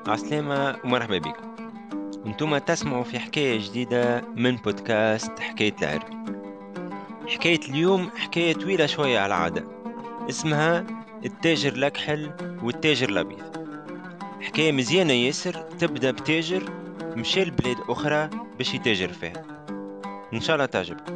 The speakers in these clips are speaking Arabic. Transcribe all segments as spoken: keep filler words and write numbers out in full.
عسلامة ومرحبا بكم. انتم تسمعوا في حكاية جديدة من بودكاست حكاية العربي. حكاية اليوم حكاية طويلة شوية على العادة، اسمها التاجر الأكحل والتاجر الأبيض. حكاية مزيانة ياسر، تبدأ بتاجر مشى لبلاد أخرى باش يتاجر فيها. إن شاء الله تعجبكم.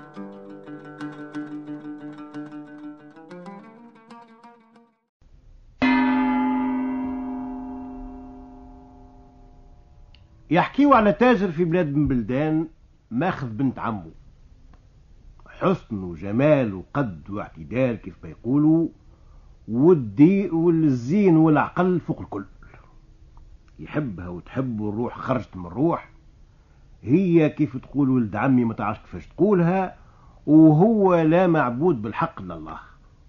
يحكيوا على تاجر في بلاد من بلدان ماخذ بنت عمه، حسن وجمال وقد واعتدال كيف ما يقولوا، والدي والزين والعقل فوق الكل. يحبها وتحب، والروح خرجت من الروح. هي كيف تقول ولد عمي ما تعرفش كيفاش تقولها، وهو لا معبود بالحق الا الله.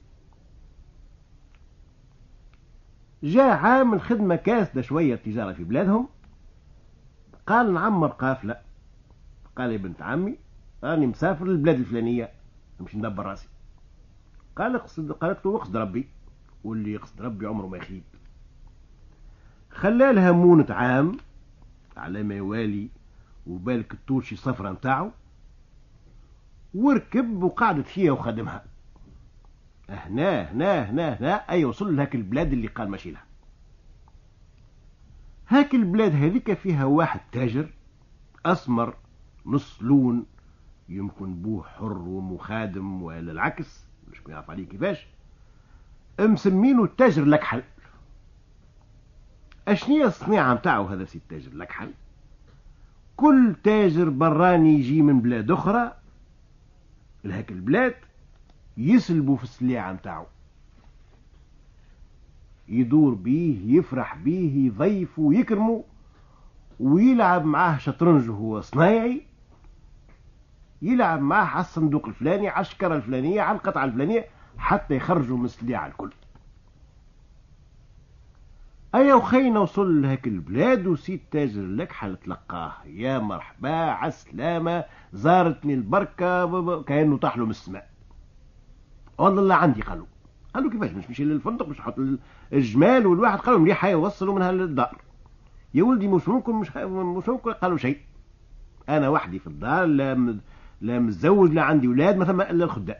جاء عام الخدمة كاسدة شوية التجارة في بلادهم، قال نعمر قافلة. قال يا بنت عمي راني مسافر للبلاد الفلانية نمشي ندبر راسي. قال اقصد، قالت له اقصد ربي، واللي يقصد ربي عمره ما يخيب. خلالها مونة عام على ما يوالي، وبالك التوشي صفرة نتاعو، وركب وقعدت فيها وخدمها. هنا هنا هنا هنا اي وصل لهاك البلاد اللي قال ماشي لها. هاك البلاد هذيك فيها واحد تاجر اسمر نص لون، يمكن بوه حر ومخادم ولا العكس، مش بيعرف عليه كيفاش، مسمينه التاجر الأكحل. اشنية الصنيعة متاعه هذا سي التاجر الأكحل؟ كل تاجر براني يجي من بلاد أخرى لهاك البلاد يسلبوا في السليعة متاعه، يدور بيه يفرح بيه يضيفه ويكرمه، ويلعب معاه شطرنج هو صنايعي، يلعب معاه على الصندوق الفلاني، على الشكرة الفلانية، على القطعة الفلانية، حتى يخرجوا من السليعة الكل. ايا وخينا وصل لهاك البلاد، وسيد تاجر الأكحل تلقاه يا مرحبا عالسلامة، زارتني البركة، كأنه طاحله من السماء. والله لا عندي. قالوا قالوا كيفاش مش مشي للفندق باش يحط الجمال، والواحد قالوا مليح هيا وصلوا منها للدار. يا ولدي مش ممكن، مش مش ممكن. قالوا شيء، انا وحدي في الدار، لا م... لا متزوج، لا عندي اولاد، ما ثم الا الخدام.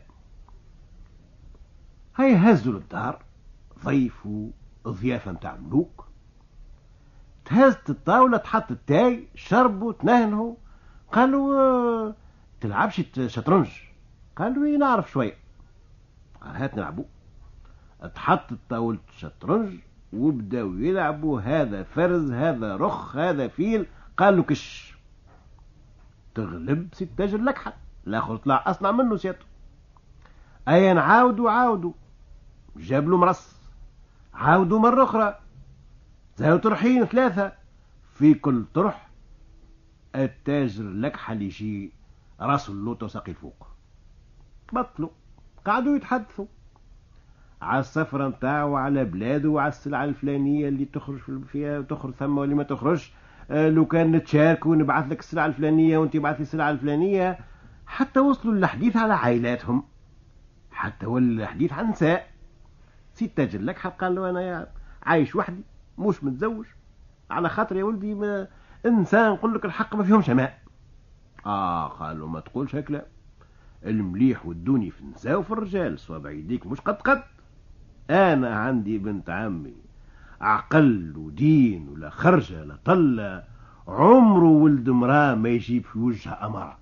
هيا هزوا للدار، ضيفوا ضيافه نتاع ملوك، تهزت الطاولة، تحط التاي، شربوا تنهنوا. قالوا آه، تلعبش شطرنج؟ قالوا ايه نعرف شوية. قال هات نلعبوا. تحط طاولة شطرنج وبداوا يلعبوا، هذا فرز، هذا رخ، هذا فيل. قالوا كش تغلب سي التاجر الأكحل، الاخر طلع اصنع منه سيادته. ايا نعاودوا عاودوا، جاب له مرص، عاودوا مرة أخرى، زاو طرحين ثلاثة، في كل طرح التاجر الأكحل يجي راسه اللوطة وساقي فوق. بطلوا قعدوا يتحدثوا على السفرة نتاعو، على بلاده، وعلى السلعة الفلانية اللي تخرج فيها، تخرج ثم واللي ما تخرجش. آه لو كان نتشاركوا نبعث لك السلعة الفلانية وانت بعث لي السلعة الفلانية. حتى وصلوا للحديث على عائلاتهم، حتى ولا الحديث عن نساء. سي التاجر الأكحل قال له انا عايش وحدي مش متزوج، على خاطر يا ولدي ما انسان نقول لك الحق ما فيهمش ماء. اه قالوا ما تقولش هكلا، المليح والدوني في النساء وفي الرجال، صوابع يديك مش قد قد. انا عندي بنت عمي عقل ودين، ولا خرجه لا طله، عمره ولد مراه ما يجيب في وجهها اماره.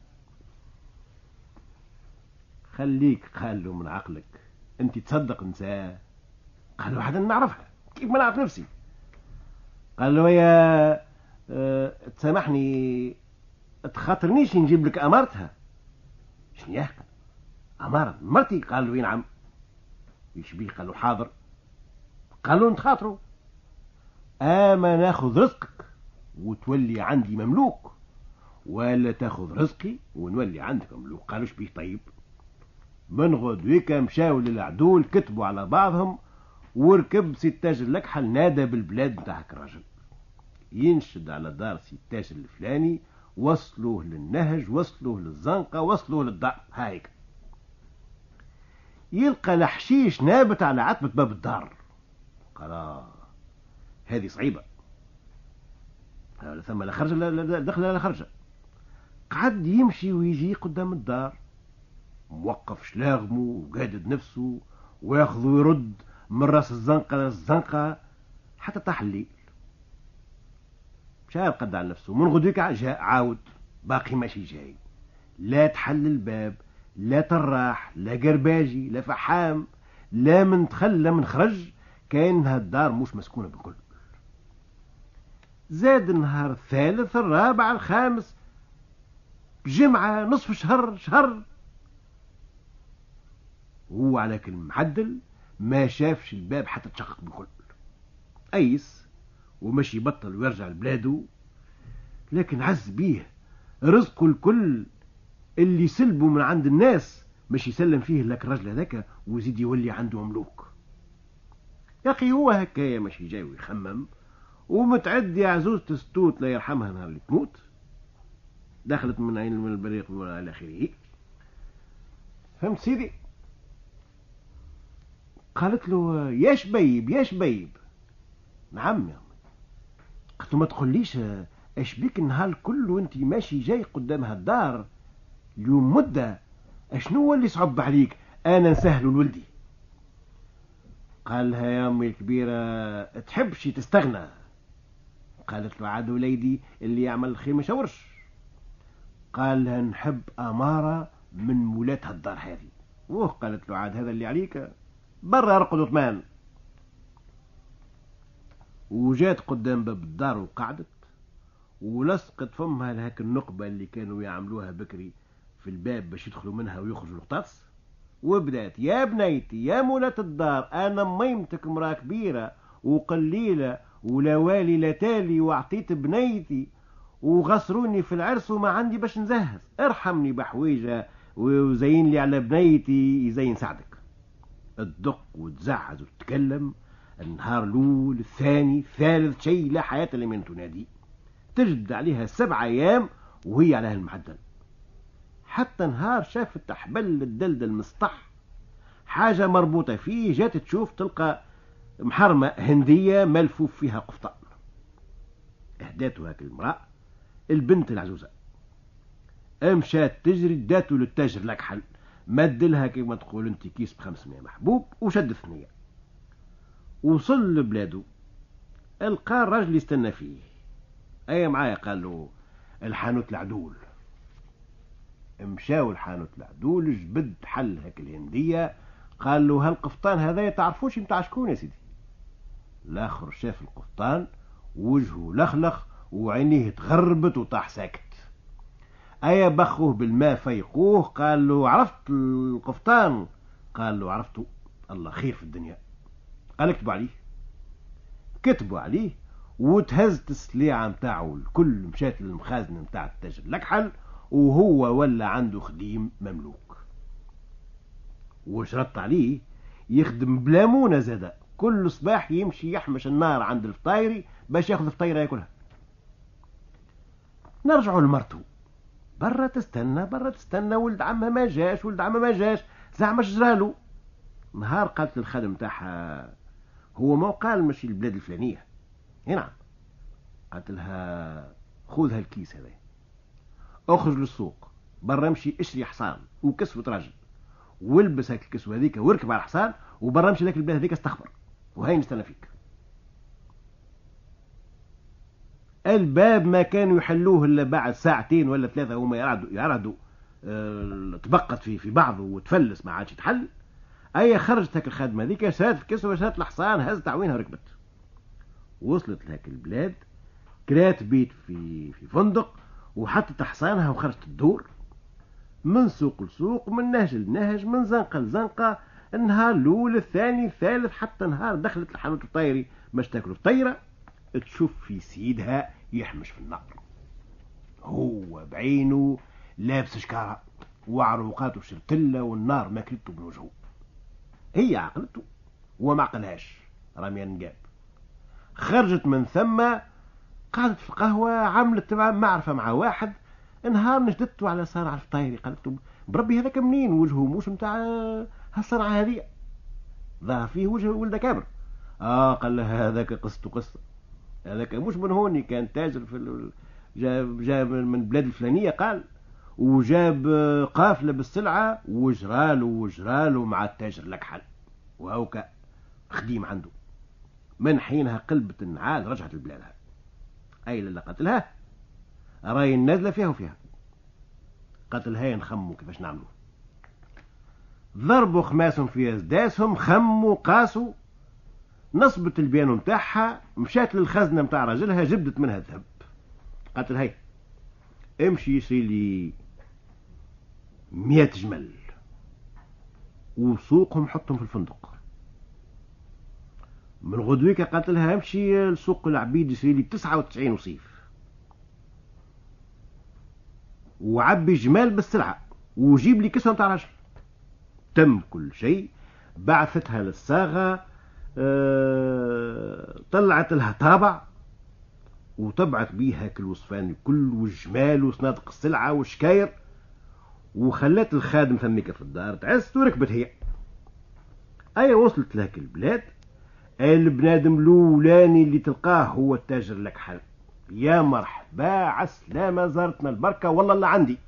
خليك قال له من عقلك، انت تصدق نساء؟ قال له حدا نعرفها كيف ما نعرف نفسي. قال له يا أه تسامحني تخاطرنيش نجيب لك امارتها. شنو يحكي امارة مرتي؟ قال له نعم. يشبيه؟ قال له حاضر. قال له نتخاطروا، اما ناخذ رزقك وتولي عندي مملوك، ولا تاخذ رزقي ونولي عندك مملوك. قالوا شبيه؟ طيب. من غدويك مشاو للعدول، كتبوا على بعضهم، وركب سي التاجر الأكحل نادى بالبلاد نتاعك الرجل، ينشد على دار سي التاجر الفلاني، وصلوه للنهج، وصلوه للزنقة، وصلوه للدار. هايك يلقى الحشيش نابت على عتبة باب الدار. قال هذه صعيبة، لا ثم لا خرجة لا لا دخل لا خرجة. قعد يمشي ويجي قدام الدار موقف شلاغمه وقادد نفسه وياخذ ويرد من راس الزنقة للزنقة حتى طاح الليل. مشى قد على نفسه من غدوك جاء عاود باقي ماشي جاي، لا تحل الباب لا طراح لا قرباجي لا فحام لا من دخل لا من خرج، كأن هالدار مش مسكونة بالكل. زاد النهار الثالث الرابع الخامس جمعة نصف شهر شهر هو على كل معدل ما شافش الباب حتى تشقق بالكل. أيس ومشي يبطل ويرجع لبلاده، لكن عز بيه رزقه الكل اللي سلبه من عند الناس مش يسلم فيه لك الرجل هذاك ويزيد يولي عنده مملوك. يا أخي هو هكايا ماشي جاي ويخمم ومتعد يا عزوز تستوت لا يرحمها نهار اللي تموت، دخلت من عين من البريق وإلى آخره. فهمت سيدي؟ قالت له يا شبيب يا شبيب. نعم يا أمي. قلت له ما تقوليش ايش بيك النهار كله وانت ماشي جاي قدام هالدار اليوم مدة، اشنو هو اللي صعب عليك انا نسهل لولدي؟ قال لها يا امي الكبيرة تحبش تستغنى. قالت له عاد وليدي اللي يعمل الخير ما يشورش. قال لها نحب امارة من مولات هالدار هذه. وه قالت له عاد هذا اللي عليك برا ارقد وطمان. وجات قدام باب الدار وقعدت ولصقت فمها لهاك النقبة اللي كانوا يعملوها بكري في الباب باش يدخلوا منها ويخرجوا القطاس، وبدات يا بنيتي يا مولاة الدار انا ميمتك مراه كبيرة وقليلة ولا والي لا تالي وعطيت بنيتي وغسروني في العرس وما عندي باش نزهز، ارحمني بحويجة وزين لي على بنيتي يزين سعدك. تدق وتزعز وتتكلم النهار الاول الثاني الثالث شيء لا حياة لمن تنادي. تجد عليها سبع ايام وهي على هالمعدل، حتى نهار شافت حبل الدلدل مسطح حاجة مربوطة فيه، جات تشوف تلقى محرمة هندية ملفوف فيها قفطان. اهداته هاك المرأة البنت العزوزة، امشات تجري داتو للتاجر لك حل مدلها كما تقول انت كيس بخمسمية محبوب وشد ثنية. وصل لبلاده القى الرجل يستنى فيه. اي معايا قال له الحانوت العدول. مشاو الحانوت العدول جبد حل هاك الهندية. قال له هالقفطان هذا تعرفوش متاع شكون يا سيدي؟ الاخر شاف القفطان وجهه لخلخ وعينيه تغربت وطاح ساكت. ايا بخوه بالماء فيقوه. قال له عرفت القفطان؟ قال له عرفته. الله خير في الدنيا. قال اكتبوا عليه. كتبوا عليه وتهزت السليعة متاعه الكل مشات للمخازن متاع التاجر لكحل وهو ولا عنده خديم مملوك. وشرط عليه يخدم بلامونة زادا، كل صباح يمشي يحمش النار عند الفطايري باش ياخذ فطايرة ياكلها. نرجعوا لمرته برا تستنى برا تستنى ولد عمها ما جاش ولد عمها ما جاش زعما شجرالو. نهار قالت للخادم تاعها هو ما قال مشي البلاد الفلانية. نعم. قالت لها خذ هالكيس هذا اخرج للسوق برا امشي اشري حصان وكسوة راجل والبس هاك الكسوة هذيك واركب على الحصان وبرا امشي لك البلاد هذيك استخبر وهاي نستنى فيك. الباب ما كانوا يحلوه الا بعد ساعتين ولا ثلاثة هما يعرضوا يعرضوا اه تبقت في في بعضه وتفلس ما عادش يتحل. اي خرجت هاك الخادمة هذيك شات في كسوة شات الحصان هزت عوينها وركبت. وصلت لهاك البلاد كرات بيت في في فندق وحطت حصانها وخرجت الدور من سوق لسوق من نهج لنهج من زنقة لزنقة. النهار الاول الثاني الثالث حتى نهار دخلت الحانوت الطايري باش تاكل فطيرة تشوف في سيدها يحمش في النار. هو بعينه لابس شكارة وعروقاته شرتلة والنار ماكلته من وجهه. هي عقلته وما عقلهاش رامية نقاب. خرجت من ثم قعدت في القهوة عملت معرفة مع واحد. نهار نجدته على صار على الفطايري قالت له بربي هذاك منين وجهه موش متاع هالصنعة هذه ظهر فيه وجه ولد كامل. اه قال له هذاك قصته قصة هذاك مش من هوني، كان تاجر في ال... جاب جاب من البلاد الفلانيه قال، وجاب قافله بالسلعه وجرالو وجرالو مع التاجر لكحل، وهوكا خديم عنده. من حينها قلبت النعال رجعت لبلادها. اي اللي قتلها راي نازله فيها وفيها. قتلها نخموا كيفاش نعملوا. ضربوا خماسهم في ازداسهم، خموا قاسوا، نصبت البيانو متاعها، مشات للخزنه متاع راجلها، جبدت منها الذهب. قالت لها امشي يشري لي مئة جمل وسوقهم حطهم في الفندق. من غدويك قالت لها امشي لسوق العبيد يشري لي تسعة وتسعين وصيف وعبي جمال بالسلعه وجيب لي كسوه متاع راجل. تم كل شيء. بعثتها للصاغه، أه... طلعت لها طابع وطبعت بيها كل وصفان الكل والجمال وصنادق السلعه والشكاير، وخلت الخادم ثميك في الدار تعست وركبت هي. اي وصلت لهك البلاد، البنادم الاولاني اللي تلقاه هو التاجر لكحل. يا مرحبا عسلامة، زارتنا البركة والله اللي عندي.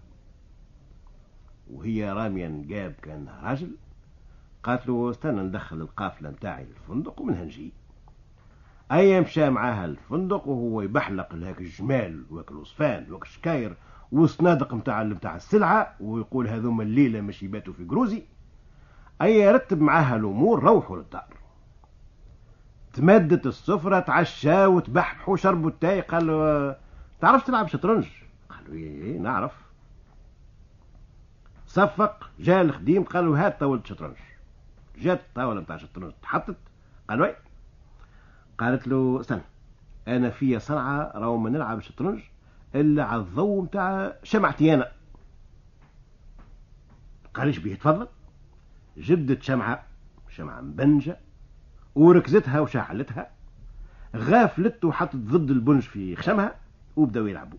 وهي رامية نقاب كان راجل. قالت له استنى ندخل القافلة متاعي الفندق ومنها نجي. اي مشى معاها الفندق وهو يبحلق لهاك الجمال وهاك الوصفان وهاك الشكاير والصنادق متاع متاع السلعة، ويقول هذوما الليلة مش يباتوا في قروزي. اي يرتب معاها الامور، روحوا للدار. تمدت السفرة، تعشى وتبحبحوا وشربوا التاي. قال له تعرفش تلعب شطرنج؟ قال له ايه نعرف. صفق، جاء الخديم قال له هات طاولة شطرنج. جات الطاولة متاع شطرنج تحطت. قال وي. قالت له استنى انا فيا صنعة راهو ما نلعب شطرنج الا على الضوء متاع شمعتي انا. قالش بيه تفضل. جبدت شمعة شمعة مبنجة وركزتها وشعلتها، غافلت وحطت ضد البنج في خشمها وبداو يلعبوا.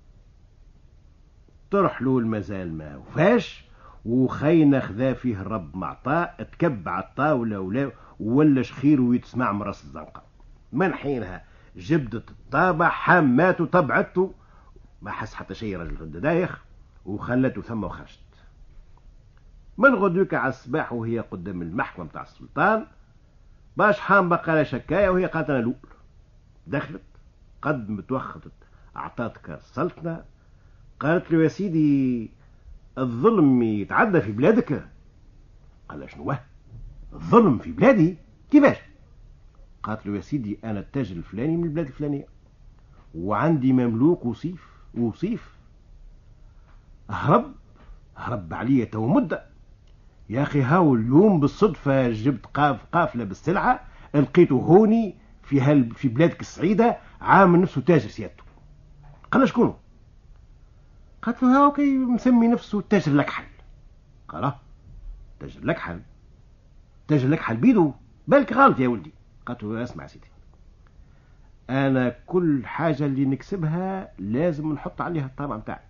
طرح له المازال ما وفاش، وخينا خذا فيه الرب معطاء، تكب على الطاولة ولا ولا شخير ويتسمع مرس الزنقة. من حينها جبدت الطابع حماته طبعته، ما حس حتى شيء رجل غدا دايخ، وخلته ثم وخرجت. من غدوك على الصباح وهي قدام المحكمة متاع السلطان، باش حام بقى لها شكاية وهي قالت انا لول. دخلت قدمت وخطت اعطاتك السلطنة. قالت له يا سيدي الظلم يتعدى في بلادك؟ قال شنو الظلم في بلادي كيفاش؟ قالت له يا سيدي انا التاجر الفلاني من البلاد الفلانية وعندي مملوك وصيف وصيف هرب هرب عليا تو مدة. يا اخي هاو اليوم بالصدفة جبت قاف قافلة بالسلعة لقيته هوني في هال في بلادك السعيدة عامل نفسه تاجر سيادته. قال شكونه؟ قالت له هاو كي مسمي نفسه تاجر لكحل. قال اه تاجر لكحل؟ تاجر لكحل بيدو؟ بالك غلط يا ولدي. قالت له اسمع سيدي انا كل حاجة اللي نكسبها لازم نحط عليها الطابع متاعي.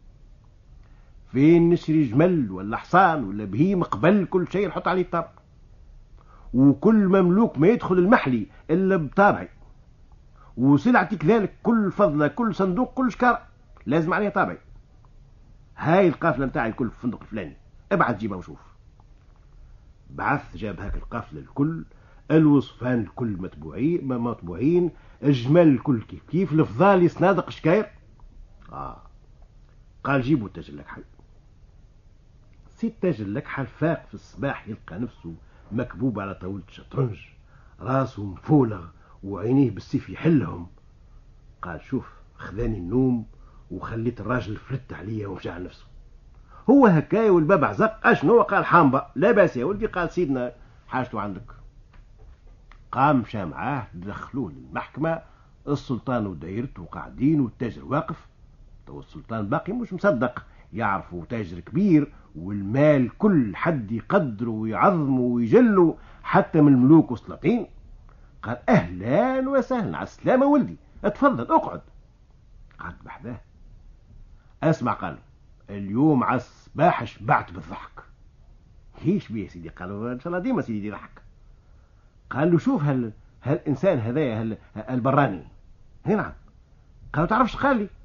فين نشري جمل ولا حصان ولا بهيم قبل كل شيء نحط عليه الطابع، وكل مملوك ما يدخل المحلي الا بطابعي، وسلعتي كذلك كل فضله كل صندوق كل شكاره لازم عليه طابعي. هاي القافله نتاعي الكل في الفندق الفلاني، ابعث جيبها وشوف. بعث جاب هاك القافله الكل، الوصفان الكل مطبوعين مطبوعين، الجمال الكل كيف كيف، الفضالي صنادق شكاير. اه قال جيبوا التاجر لكحل. سي التاجر لكحل فاق في الصباح يلقى نفسه مكبوب على طاولة شطرنج، راسه مفولغ وعينيه بالسيف يحلهم. قال شوف خذاني النوم وخليت الراجل فلت عليا ومشى على نفسه. هو هكايا والباب عزق. اشنو؟ قال حامبا. لا باس يا ولدي. قال سيدنا حاجته عندك. قام مشى معاه، دخلوه للمحكمة. السلطان ودايرته قاعدين والتاجر واقف. تو السلطان باقي مش مصدق، يعرفوا تاجر كبير والمال كل حد يقدره ويعظمه ويجله حتى من الملوك والسلاطين. قال اهلا وسهلا على السلامة ولدي، اتفضل اقعد. قعد بحذاه. اسمع قال اليوم على الصباح شبعت بالضحك. ليش بيه سيدي؟ قالوا ان شاء الله ديما سيدي يضحك. قال له شوف هال هالانسان هذايا هال البراني هنا نعم. قال ما تعرفش قال لي؟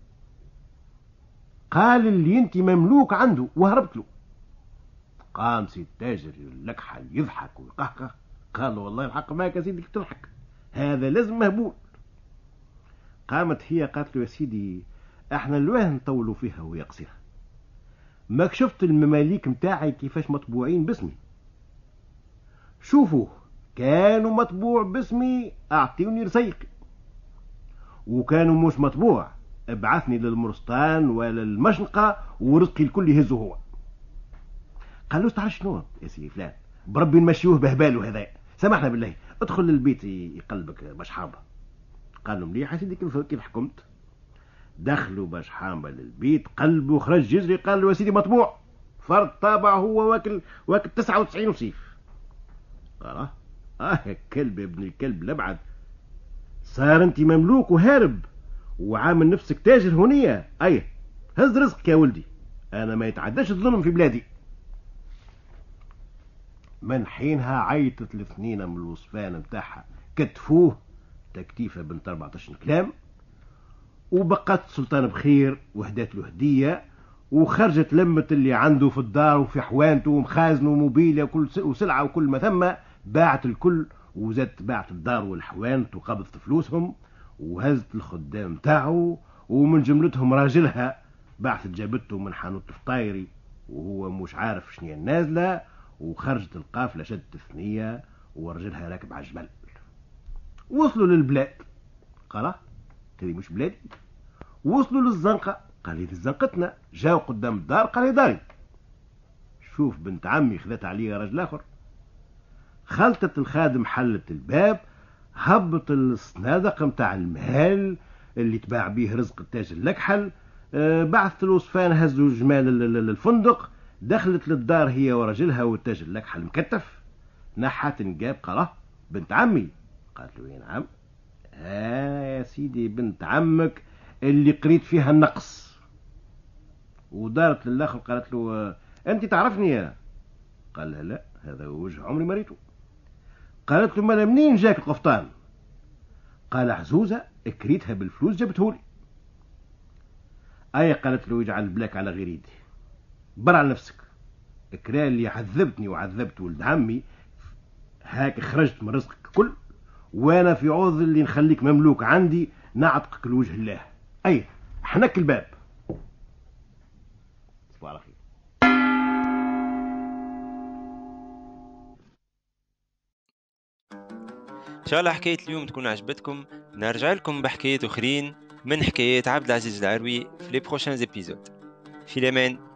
قال اللي انت مملوك عنده وهربت له. قام سيد التاجر يلكحل يضحك ويقهقه. قال له والله الحق معك يا سيدي تضحك، هذا لازم مهبول. قامت هي قالت له يا سيدي احنا الواه نطولوا فيها وهي قصيرة، ماك شفت المماليك متاعي كيفاش مطبوعين باسمي؟ شوفوا كانوا مطبوع باسمي اعطيوني رزيقي، وكانوا مش مطبوع ابعثني للمرستان ولا المشنقة ورزقي الكل يهزه هو. قال له تعرف شنو يا سيدي فلان، بربي نمشيوه بهباله هذا، سامحنا بالله ادخل للبيت يقلبك باش حامبه. قال له مليح يا سيدي كيف حكمت. دخلوا باش حامبه للبيت، قلب وخرج يجري. قال له يا سيدي مطبوع، فرد طابع هو واكل واكل تسعة وتسعين وصيف. قال اه اه يا كلب يا ابن الكلب لبعد، صار انت مملوك وهارب وعامل نفسك تاجر هنية. اي هز رزقك يا ولدي، انا ما يتعداش الظلم في بلادي. من حينها عيطت الاثنين من الوصفان متاعها، كتفوه تكتيفه بنت أربعطاش كلام، وبقت السلطان بخير وهدات له هديه، وخرجت لمت اللي عنده في الدار وفي حوانته ومخازنه وموبيله وكل وسلعه وكل ما ثم، باعت الكل وزادت باعت الدار والحوانت وقبضت فلوسهم وهزت الخدام تاعه، ومن جملتهم راجلها بعثت جابته من حانوت الفطايري وهو مش عارف شنو النازله، وخرجت القافله شدت الثنيه ورجلها راكب على الجبل. وصلوا للبلاد، قال تري مش بلادي. وصلوا للزنقه، قال لي زنقتنا. جاو قدام الدار، قال لي داري. شوف بنت عمي خذت عليا رجل اخر. خلطت الخادم حلت الباب، هبط الصنادق متاع المال اللي تباع به رزق التاجر لكحل، أه بعثت الوصفان هزوا جمال الفندق، دخلت للدار هي ورجلها والتاجر لكحل مكتف. نحت نقاب، قال بنت عمي. قالت له نعم. ها يا سيدي بنت عمك اللي قريت فيها النقص. ودارت للاخر قالت له انت تعرفني يا؟ قال لها لا، هذا وجه عمري مريته. قالت له مالا منين جاك القفطان؟ قال عزوزة اكريتها بالفلوس جبتهولي. اي قالت له يجعل بلاك على غير يدي، بر على نفسك، اكرا اللي عذبتني وعذبت ولد عمي، هاك خرجت من رزقك كل، وانا في عوض اللي نخليك مملوك عندي نعتقك لوجه الله. اي حنك الباب. صباح على خير. ان شاء الله حكاية اليوم تكون عجبتكم. نرجع لكم بحكايات اخرين من حكايات عبد العزيز العروي في لي بروشان ابيزود. في الامان.